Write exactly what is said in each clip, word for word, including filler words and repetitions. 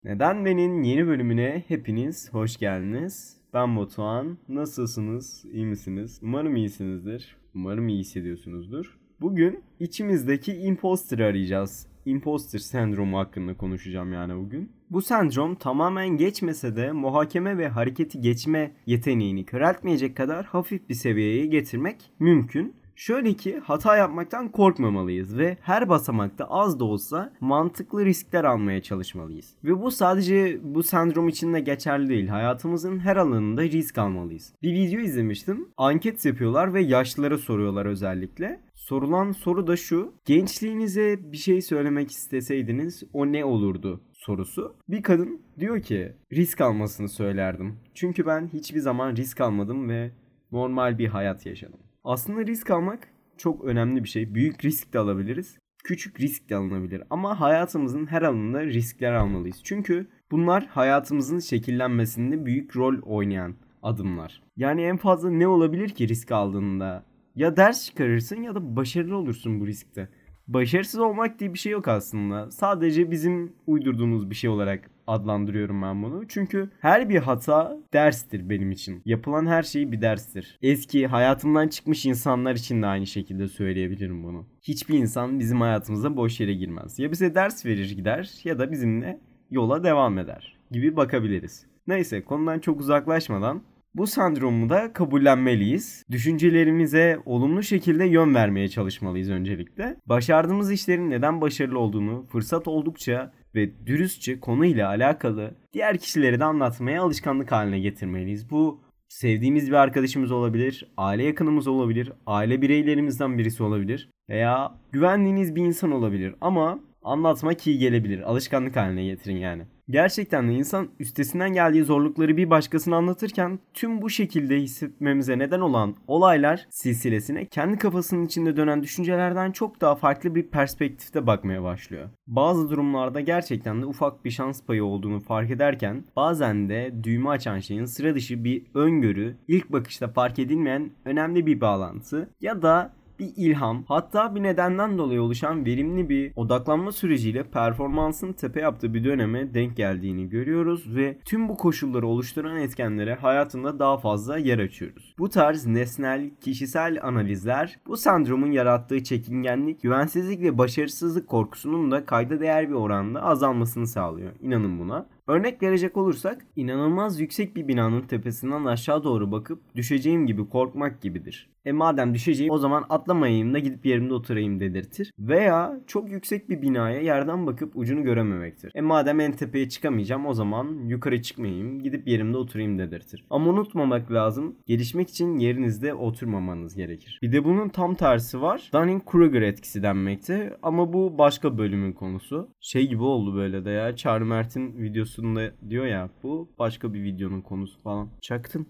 Neden Ben'in yeni bölümüne hepiniz hoş geldiniz. Ben Batuhan. Nasılsınız? İyi misiniz? Umarım iyisinizdir. Umarım iyi hissediyorsunuzdur. Bugün içimizdeki imposter'ı arayacağız. Imposter sendromu hakkında konuşacağım yani bugün. Bu sendrom tamamen geçmese de muhakeme ve hareketi geçme yeteneğini köreltmeyecek kadar hafif bir seviyeye getirmek mümkün. Şöyle ki hata yapmaktan korkmamalıyız ve her basamakta az da olsa mantıklı riskler almaya çalışmalıyız. Ve bu sadece bu sendrom için de geçerli değil. Hayatımızın her alanında risk almalıyız. Bir video izlemiştim. Anket yapıyorlar ve yaşlılara soruyorlar özellikle. Sorulan soru da şu: gençliğinize bir şey söylemek isteseydiniz o ne olurdu sorusu. Bir kadın diyor ki risk almasını söylerdim. Çünkü ben hiçbir zaman risk almadım ve normal bir hayat yaşadım. Aslında risk almak çok önemli bir şey. Büyük risk de alabiliriz. Küçük risk de alınabilir. Ama hayatımızın her alanında riskler almalıyız. Çünkü bunlar hayatımızın şekillenmesinde büyük rol oynayan adımlar. Yani en fazla ne olabilir ki risk aldığında? Ya ders çıkarırsın ya da başarılı olursun bu riskte. Başarısız olmak diye bir şey yok aslında. Sadece bizim uydurduğumuz bir şey olarak adlandırıyorum ben bunu. Çünkü her bir hata derstir benim için. Yapılan her şey bir derstir. Eski hayatımdan çıkmış insanlar için de aynı şekilde söyleyebilirim bunu. Hiçbir insan bizim hayatımıza boş yere girmez. Ya bize ders verir gider ya da bizimle yola devam eder gibi bakabiliriz. Neyse, konudan çok uzaklaşmadan bu sendromu da kabullenmeliyiz. Düşüncelerimize olumlu şekilde yön vermeye çalışmalıyız öncelikle. Başardığımız işlerin neden başarılı olduğunu fırsat oldukça ve dürüstçe konuyla alakalı diğer kişilere de anlatmaya alışkanlık haline getirmeliyiz. Bu sevdiğimiz bir arkadaşımız olabilir, aile yakınımız olabilir, aile bireylerimizden birisi olabilir veya güvendiğiniz bir insan olabilir ama anlatmak iyi gelebilir. Alışkanlık haline getirin yani. Gerçekten de insan üstesinden geldiği zorlukları bir başkasına anlatırken tüm bu şekilde hissetmemize neden olan olaylar silsilesine kendi kafasının içinde dönen düşüncelerden çok daha farklı bir perspektifte bakmaya başlıyor. Bazı durumlarda gerçekten de ufak bir şans payı olduğunu fark ederken bazen de düğme açan şeyin sıra dışı bir öngörü, ilk bakışta fark edilmeyen önemli bir bağlantı ya da bir ilham, hatta bir nedenden dolayı oluşan verimli bir odaklanma süreciyle performansın tepe yaptığı bir döneme denk geldiğini görüyoruz ve tüm bu koşulları oluşturan etkenlere hayatında daha fazla yer açıyoruz. Bu tarz nesnel, kişisel analizler bu sendromun yarattığı çekingenlik, güvensizlik ve başarısızlık korkusunun da kayda değer bir oranda azalmasını sağlıyor. İnanın buna. Örnek verecek olursak, inanılmaz yüksek bir binanın tepesinden aşağı doğru bakıp düşeceğim gibi korkmak gibidir. E madem düşeceğim o zaman atlamayayım da gidip yerimde oturayım dedirtir. Veya çok yüksek bir binaya yerden bakıp ucunu görememektir. E madem en tepeye çıkamayacağım o zaman yukarı çıkmayayım, gidip yerimde oturayım dedirtir. Ama unutmamak lazım, gelişmek için yerinizde oturmamanız gerekir. Bir de bunun tam tersi var. Dunning-Kruger etkisi denmekte ama bu başka bölümün konusu. Şey gibi oldu böyle de ya, Çağrı Mert'in videosunda diyor ya, bu başka bir videonun konusu falan. Çaktın.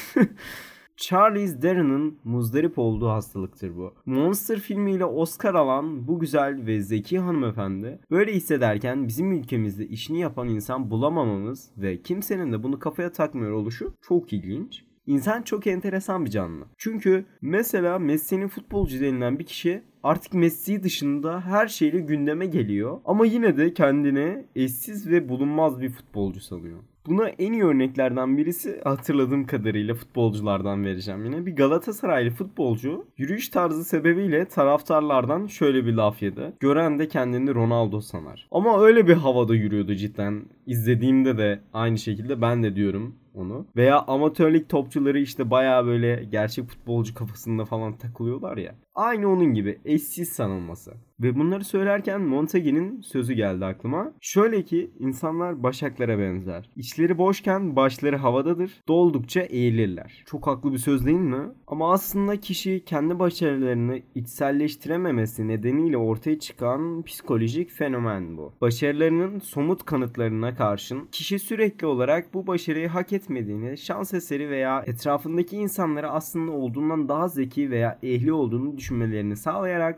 Charlize Theron'un muzdarip olduğu hastalıktır bu. Monster filmiyle Oscar alan bu güzel ve zeki hanımefendi böyle hissederken bizim ülkemizde işini yapan insan bulamamamız ve kimsenin de bunu kafaya takmıyor oluşu çok ilginç. İnsan çok enteresan bir canlı. Çünkü mesela Messi'nin futbolcu denilen bir kişi artık Messi dışında her şeyle gündeme geliyor ama yine de kendine eşsiz ve bulunmaz bir futbolcu sanıyor. Buna en iyi örneklerden birisi, hatırladığım kadarıyla futbolculardan vereceğim yine. Bir Galatasaraylı futbolcu yürüyüş tarzı sebebiyle taraftarlardan şöyle bir laf yedi: gören de kendini Ronaldo sanar. Ama öyle bir havada yürüyordu cidden. İzlediğimde de aynı şekilde ben de diyorum onu. Veya amatörlük topçuları işte bayağı böyle gerçek futbolcu kafasında falan takılıyorlar ya. Aynı onun gibi eşsiz sanılması. Ve bunları söylerken Montague'nin sözü geldi aklıma. Şöyle ki insanlar başaklara benzer. İçleri boşken başları havadadır. Doldukça eğilirler. Çok haklı bir söz değil mi? Ama aslında kişi kendi başarılarını içselleştirememesi nedeniyle ortaya çıkan psikolojik fenomen bu. Başarılarının somut kanıtlarına karşın kişi sürekli olarak bu başarıyı hak etmediğini, şans eseri veya etrafındaki insanlara aslında olduğundan daha zeki veya ehli olduğunu düşünmelerini sağlayarak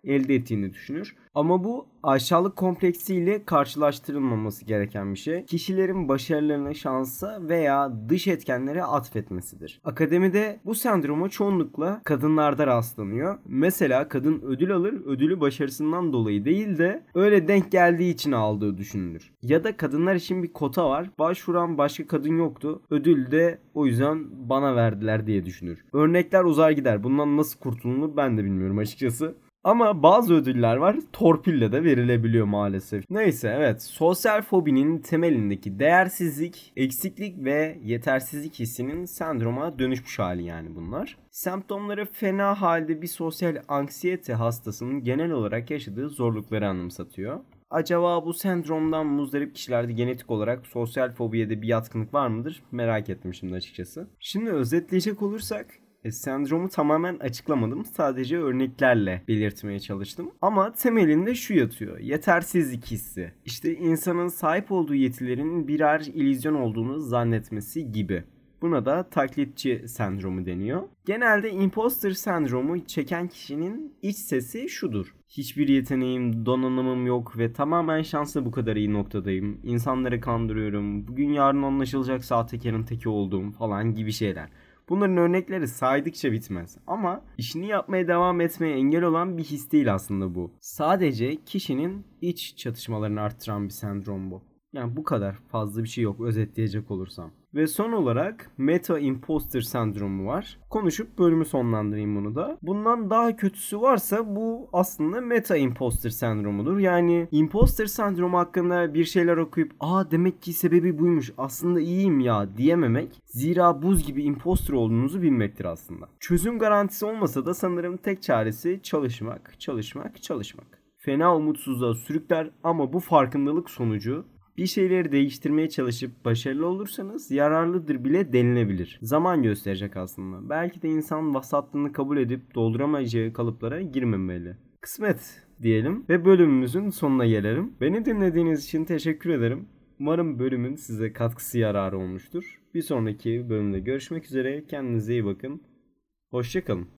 elde ettiğini düşünür. Ama bu aşağılık kompleksiyle karşılaştırılmaması gereken bir şey. Kişilerin başarılarını şansa veya dış etkenlere atfetmesidir. Akademide bu sendroma çoğunlukla kadınlarda rastlanıyor. Mesela kadın ödül alır, ödülü başarısından dolayı değil de öyle denk geldiği için aldığı düşünülür. Ya da kadınlar için bir kota var. Başvuran başka kadın yoktu. Ödül de o yüzden bana verdiler diye düşünür. Örnekler uzar gider. Bundan nasıl kurtulunur ben de bilmiyorum açıkçası. Ama bazı ödüller var, torpille de verilebiliyor maalesef. Neyse, evet, sosyal fobinin temelindeki değersizlik, eksiklik ve yetersizlik hissinin sendroma dönüşmüş hali yani bunlar. Semptomları fena halde bir sosyal anksiyete hastasının genel olarak yaşadığı zorlukları anımsatıyor. Acaba bu sendromdan muzdarip kişilerde genetik olarak sosyal fobiye de bir yatkınlık var mıdır? Merak ettim şimdi açıkçası. Şimdi özetleyecek olursak, E, sendromu tamamen açıklamadım. Sadece örneklerle belirtmeye çalıştım. Ama temelinde şu yatıyor. Yetersizlik hissi. İşte insanın sahip olduğu yetilerin birer illüzyon olduğunu zannetmesi gibi. Buna da taklitçi sendromu deniyor. Genelde imposter sendromu çeken kişinin iç sesi şudur: hiçbir yeteneğim, donanımım yok ve tamamen şansla bu kadar iyi noktadayım. İnsanları kandırıyorum. Bugün yarın anlaşılacak sahtekarın teki olduğum falan gibi şeyler. Bunların örnekleri saydıkça bitmez. Ama işini yapmaya devam etmeye engel olan bir his değil aslında bu. Sadece kişinin iç çatışmalarını arttıran bir sendrom bu. Yani bu kadar, fazla bir şey yok özetleyecek olursam. Ve son olarak meta imposter sendromu var. Konuşup bölümü sonlandırayım bunu da. Bundan daha kötüsü varsa bu aslında meta imposter sendromudur. Yani imposter sendromu hakkında bir şeyler okuyup aa demek ki sebebi buymuş, aslında iyiyim ya diyememek, zira buz gibi imposter olduğunuzu bilmektir aslında. Çözüm garantisi olmasa da sanırım tek çaresi çalışmak, çalışmak, çalışmak. Fena umutsuzluğa sürükler ama bu farkındalık sonucu bir şeyleri değiştirmeye çalışıp başarılı olursanız yararlıdır bile denilebilir. Zaman gösterecek aslında. Belki de insan vasatlığını kabul edip dolduramayacağı kalıplara girmemeli. Kısmet diyelim ve bölümümüzün sonuna gelelim. Beni dinlediğiniz için teşekkür ederim. Umarım bölümün size katkısı yararı olmuştur. Bir sonraki bölümde görüşmek üzere. Kendinize iyi bakın. Hoşça kalın.